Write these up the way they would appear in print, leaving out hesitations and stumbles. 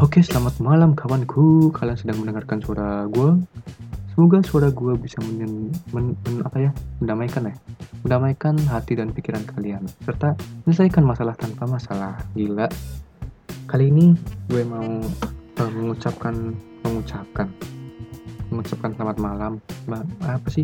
Oke, selamat malam kawanku. Kalian sedang mendengarkan suara gue. Semoga suara gue bisa mendamaikan hati dan pikiran kalian, serta menyelesaikan masalah tanpa masalah. Gila. Kali ini gue mau mengucapkan selamat malam. Apa sih?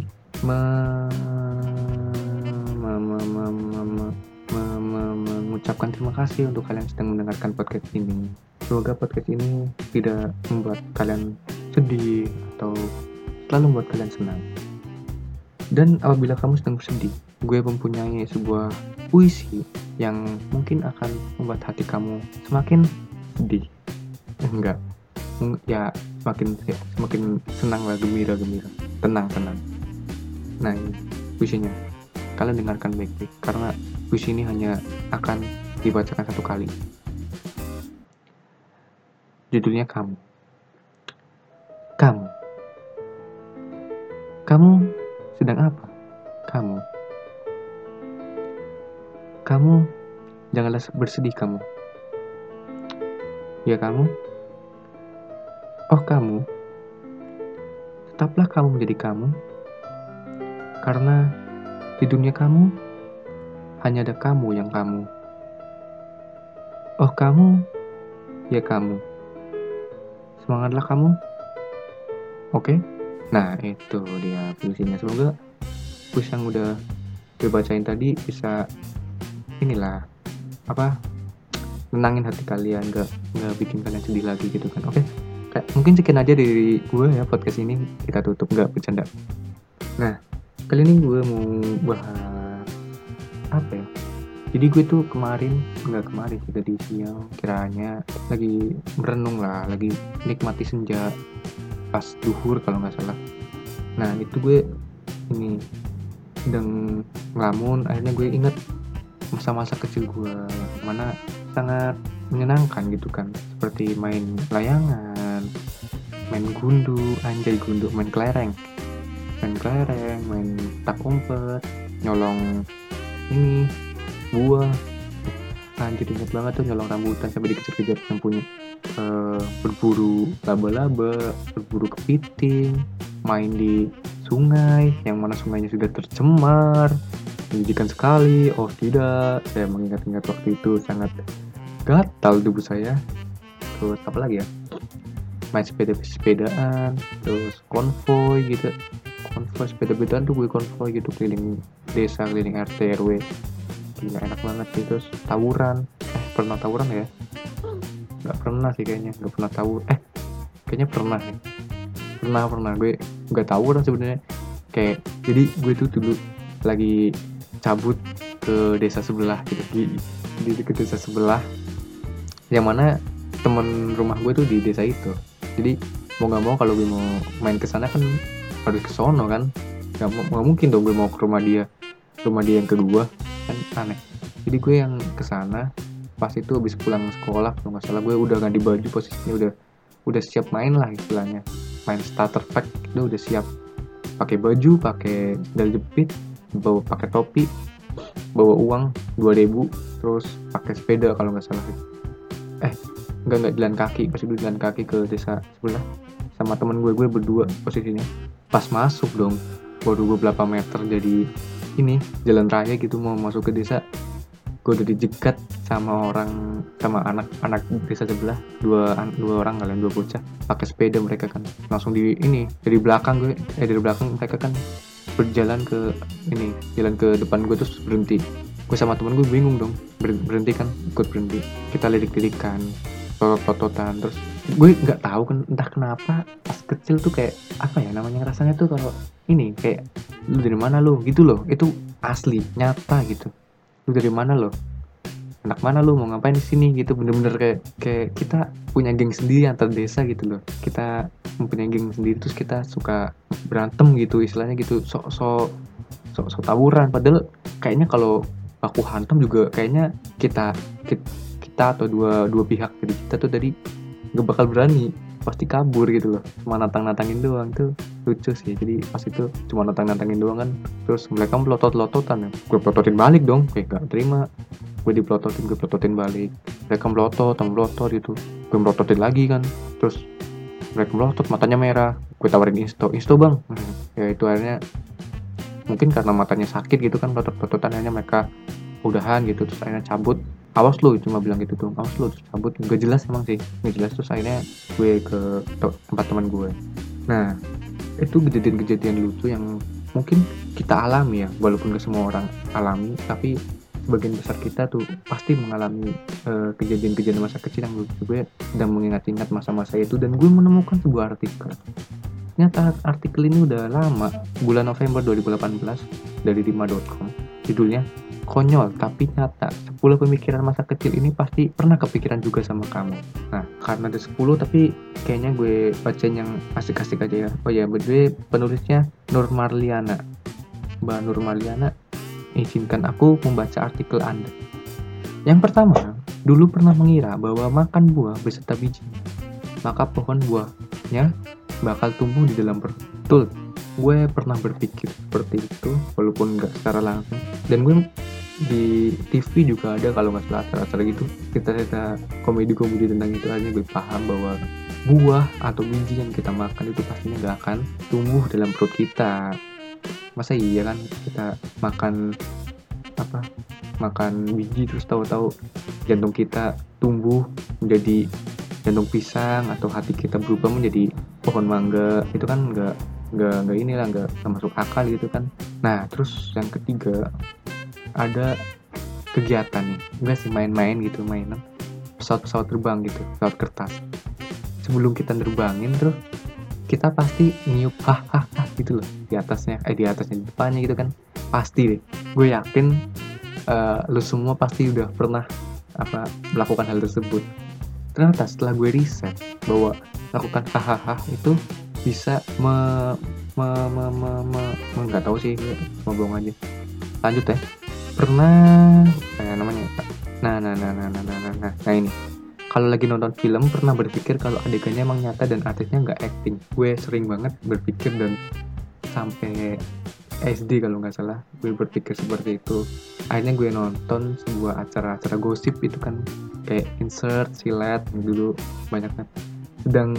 Mengucapkan terima kasih untuk kalian yang sedang mendengarkan podcast ini. Semoga podcast ini tidak membuat kalian sedih atau selalu membuat kalian senang. Dan apabila kamu sedang bersedih, gue mempunyai sebuah puisi yang mungkin akan membuat hati kamu semakin sedih. Enggak. Ya, semakin senang lah, gembira. Tenang. Nah, ini puisinya. Kalian dengarkan baik-baik karena puisi ini hanya akan dibacakan satu kali. Judulnya Kamu. Kamu sedang apa? Kamu janganlah bersedih kamu. Ya kamu? Oh kamu, tetaplah kamu menjadi kamu. Karena di dunia kamu hanya ada kamu yang kamu. Oh kamu, ya kamu. Semangatlah kamu. Oke? Nah itu dia puisinya. Semoga puisi yang udah gue bacain tadi bisa nenangin hati kalian, gak bikin kalian sedih lagi gitu kan. Oke? Mungkin sekian aja dari gue ya, podcast ini kita tutup, gak bercanda. Nah, kali ini gue mau bahas apa ya? Jadi gue tuh tadi siang kiranya lagi merenung lah, lagi nikmati senja pas duhur kalau nggak salah. Nah itu gue sedang ngelamun, akhirnya gue inget masa-masa kecil gue mana sangat menyenangkan gitu kan, seperti main layangan, main gundu, main kelereng, main tak umpet, nyolong buah. Anjir, inget banget tuh nyolong rambutan sampai dikejar-kejar yang punya, berburu laba-laba, berburu kepiting, main di sungai yang mana sungainya sudah tercemar, menjijikan sekali. Oh tidak, saya mengingat-ingat waktu itu sangat gatal tubuh saya. Terus apa lagi ya, main sepedaan, terus konvoy sepeda-sepedaan tuh gue konvoy gitu keliling desa, keliling RT RW. Gila enak banget sih. Terus tawuran, pernah tawuran ya? Nggak pernah sih kayaknya, kayaknya pernah ya. Pernah gue nggak tawuran sebenarnya. Kayak jadi gue tuh dulu lagi cabut ke desa sebelah gitu, ke desa sebelah yang mana temen rumah gue tuh di desa itu. Jadi mau nggak mau kalau gue mau main kesana kan harus ke sono kan, nggak mungkin dong gue mau ke rumah dia yang kedua kan, aneh. Jadi gue yang kesana pas itu habis pulang sekolah kalau nggak salah. Gue udah ganti baju, posisinya udah siap main lah istilahnya, main starter pack. Udah siap pakai baju, pakai sandal jepit, pakai topi, bawa uang 2.000, terus pakai sepeda kalau nggak salah. Nggak jalan kaki, pas itu jalan kaki ke desa sebelah sama temen gue berdua posisinya. Pas masuk dong, baru beberapa meter jadi jalan raya gitu mau masuk ke desa, gue udah dijegat sama anak desa sebelah, dua orang kalian, dua bocah pakai sepeda. Mereka kan langsung dari belakang mereka kan berjalan jalan ke depan gue, terus berhenti. Gue sama temen gue bingung dong, berhenti kan, ikut berhenti. Kita lirik-lirikan, totot-tototan. Terus gue nggak tahu kan, entah kenapa pas kecil tuh kayak apa ya namanya, rasanya tuh kalau kayak lu dari mana lu gitu loh. Itu asli nyata gitu, lu dari mana lo, anak mana lu, mau ngapain di sini gitu. Bener-bener kayak kita punya geng sendiri antar desa gitu loh. Kita mempunyai geng sendiri, terus kita suka berantem gitu istilahnya gitu, sok tawuran. Padahal kayaknya kalau aku hantam juga kayaknya kita atau dua pihak dari kita tuh tadi gak bakal berani, pasti kabur gitu loh, cuma nantangin doang tuh. lucu sih. Jadi pas itu cuma nantangin doang kan, terus mereka melotot-lototan ya, gue pelototin balik dong, kayak gak terima. Gue pelototin balik, mereka melotot gitu, gue melototin lagi kan, terus mereka melotot, matanya merah, gue tawarin insto bang. Ya itu akhirnya mungkin karena matanya sakit gitu kan, pelotot-pelototan, akhirnya mereka udahan gitu, terus akhirnya cabut. Awas lu, cuma bilang gitu tuh, awas lu, terus cabut. Gak jelas emang sih, gak jelas. Terus akhirnya gue ke tempat teman gue. Nah itu kejadian-kejadian lucu yang mungkin kita alami ya, walaupun gak semua orang alami, tapi sebagian besar kita tuh pasti mengalami kejadian-kejadian masa kecil yang lucu. Gue sedang mengingat-ingat masa-masa itu, dan gue menemukan sebuah artikel. Ternyata artikel ini udah lama, bulan November 2018, dari 5.com. Judulnya, konyol tapi nyata, 10 pemikiran masa kecil ini pasti pernah kepikiran juga sama kamu. Nah, karena ada 10, tapi kayaknya gue bacain yang asik-asik aja ya. Oh ya, by penulisnya Nur Marliana. Mbak Nur Marliana, izinkan aku membaca artikel Anda. Yang pertama, dulu pernah mengira bahwa makan buah beserta bijinya, maka pohon buahnya bakal tumbuh di dalam perut. Betul, gue pernah berpikir seperti itu, walaupun gak secara langsung. Dan gue di TV juga ada kalau nggak salah acara-acara gitu, cerita-cerita komedi-komedi tentang itu. Akhirnya gue paham bahwa buah atau biji yang kita makan itu pastinya gak akan tumbuh dalam perut kita. Masa iya kan kita makan biji terus tahu-tahu jantung kita tumbuh menjadi jantung pisang, atau hati kita berubah menjadi pohon mangga. Itu kan nggak masuk akal gitu kan. Nah terus yang ketiga, ada kegiatan nih, enggak sih, main-main gitu, mainan pesawat terbang gitu, pesawat kertas. Sebelum kita nerbangin terus kita pasti niup gitu loh di atasnya di depannya gitu kan. Pasti deh, gue yakin lu semua pasti udah pernah melakukan hal tersebut. Ternyata setelah gue riset bahwa lakukan itu bisa nggak tahu sih, mau bohong aja. Lanjut ya. Pernah namanya nah ini, kalau lagi nonton film pernah berpikir kalau adegannya emang nyata dan artisnya nggak acting. Gue sering banget berpikir, dan sampai SD kalau nggak salah gue berpikir seperti itu. Akhirnya gue nonton sebuah acara gosip itu kan, kayak Insert, Silet, dulu banyak kan, sedang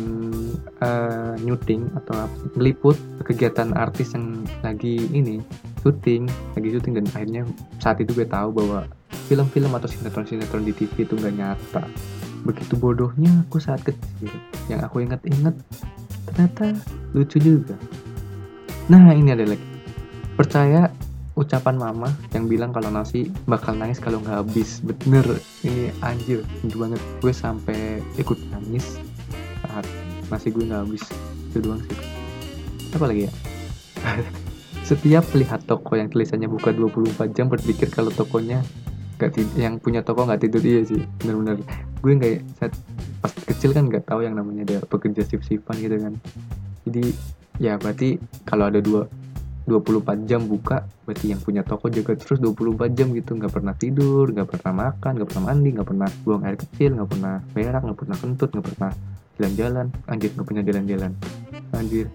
nyuting atau meliput kegiatan artis yang lagi syuting, dan akhirnya saat itu gue tahu bahwa film-film atau sinetron di TV itu gak nyata. Begitu bodohnya aku saat kecil. Yang aku ingat-ingat ternyata lucu juga. Nah ini ada lagi, percaya ucapan mama yang bilang kalau nasi bakal nangis kalau nggak habis. Bener, ini anjir, lucu banget. Gue sampai ikut nangis saat nasi gue nggak habis. Itu doang sih. Apa lagi ya? Setiap melihat toko yang tulisannya buka 24 jam berpikir kalau tokonya yang punya toko nggak tidur. Iya sih, benar-benar. Gue nggak, pas kecil kan nggak tahu yang namanya ada pekerja shift-shiftan gitu kan. Jadi ya berarti kalau ada 24 jam buka, berarti yang punya toko jaga terus 24 jam gitu, nggak pernah tidur, nggak pernah makan, nggak pernah mandi, nggak pernah buang air kecil, nggak pernah berak, nggak pernah kentut, nggak pernah jalan-jalan. Anjir, nggak punya jalan-jalan. Anjir.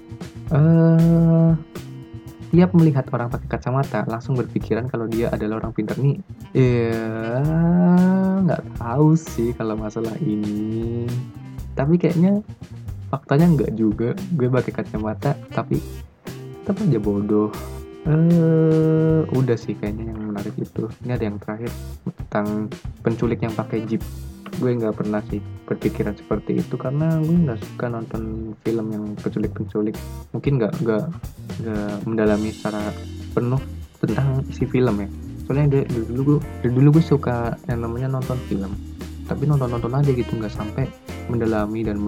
Tiap melihat orang pakai kacamata langsung berpikiran kalau dia adalah orang pintar nih. Ya nggak tahu sih kalau masalah ini, tapi kayaknya faktanya nggak juga. Gue pakai kacamata tapi tetap aja bodoh. Udah sih kayaknya yang menarik itu. Ini ada yang terakhir tentang penculik yang pakai jeep. Gue nggak pernah sih berpikiran seperti itu karena gue nggak suka nonton film yang penculik. Mungkin nggak mendalami secara penuh tentang isi film ya. Soalnya dari dulu gue suka yang namanya nonton film, tapi nonton aja gitu, nggak sampai mendalami dan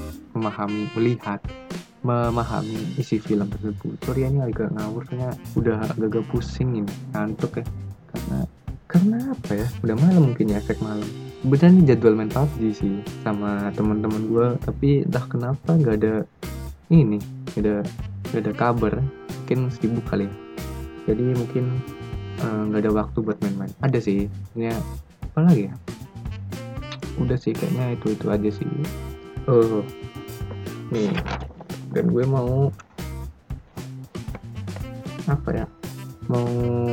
memahami isi film tersebut. Sorry ini agak ngawur, soalnya udah agak pusing ini, ngantuk ya. Karena apa ya? Udah malam mungkin ya, efek malam. Sebenarnya jadwal main PUBG sih sama teman-teman gue, tapi entah kenapa nggak ada kabar. Mungkin sibuk kali ya. Jadi mungkin nggak ada waktu buat main-main. Ada sih, ya apa lagi ya? Udah sih kayaknya itu aja sih. Nih Dan gue mau mau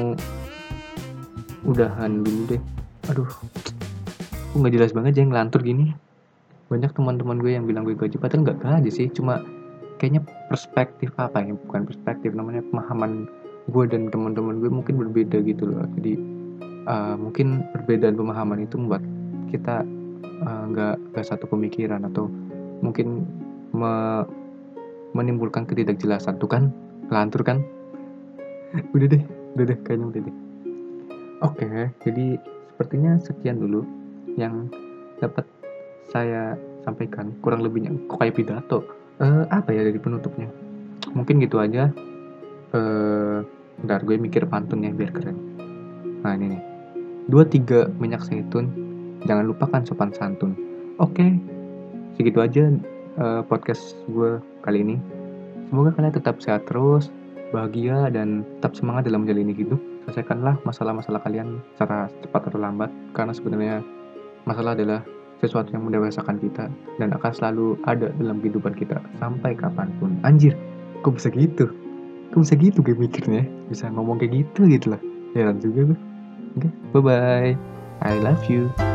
udahan dulu deh. Aduh, gue nggak jelas banget aja ngelantur gini. Banyak teman-teman gue yang bilang gue gaji, padahal nggak gaji sih, cuma kayaknya perspektif bukan perspektif, namanya pemahaman gue dan teman-teman gue mungkin berbeda gitu loh. Jadi mungkin perbedaan pemahaman itu membuat kita nggak satu pemikiran, atau mungkin menimbulkan ketidakjelasan. Tuh kan, ngelantur kan. udah deh kayaknya udah deh. Oke, jadi sepertinya sekian dulu yang dapat saya sampaikan. Kurang lebihnya kok kayak pidato. Apa ya dari penutupnya? Mungkin gitu aja. Bentar, gue mikir pantun ya biar keren. Nah ini nih, 2-3 minyak zaitun, jangan lupakan sopan santun. Oke, segitu aja podcast gue kali ini. Semoga kalian tetap sehat terus, bahagia, dan tetap semangat dalam menjalani hidup. Selesaikanlah masalah-masalah kalian secara cepat atau lambat, karena sebenarnya masalah adalah sesuatu yang mendewasakan kita dan akan selalu ada dalam kehidupan kita sampai kapanpun. Anjir, kok bisa gitu? Gue mikirnya, bisa ngomong kayak gitu lah. Heran juga gue. Oke, bye-bye. I love you.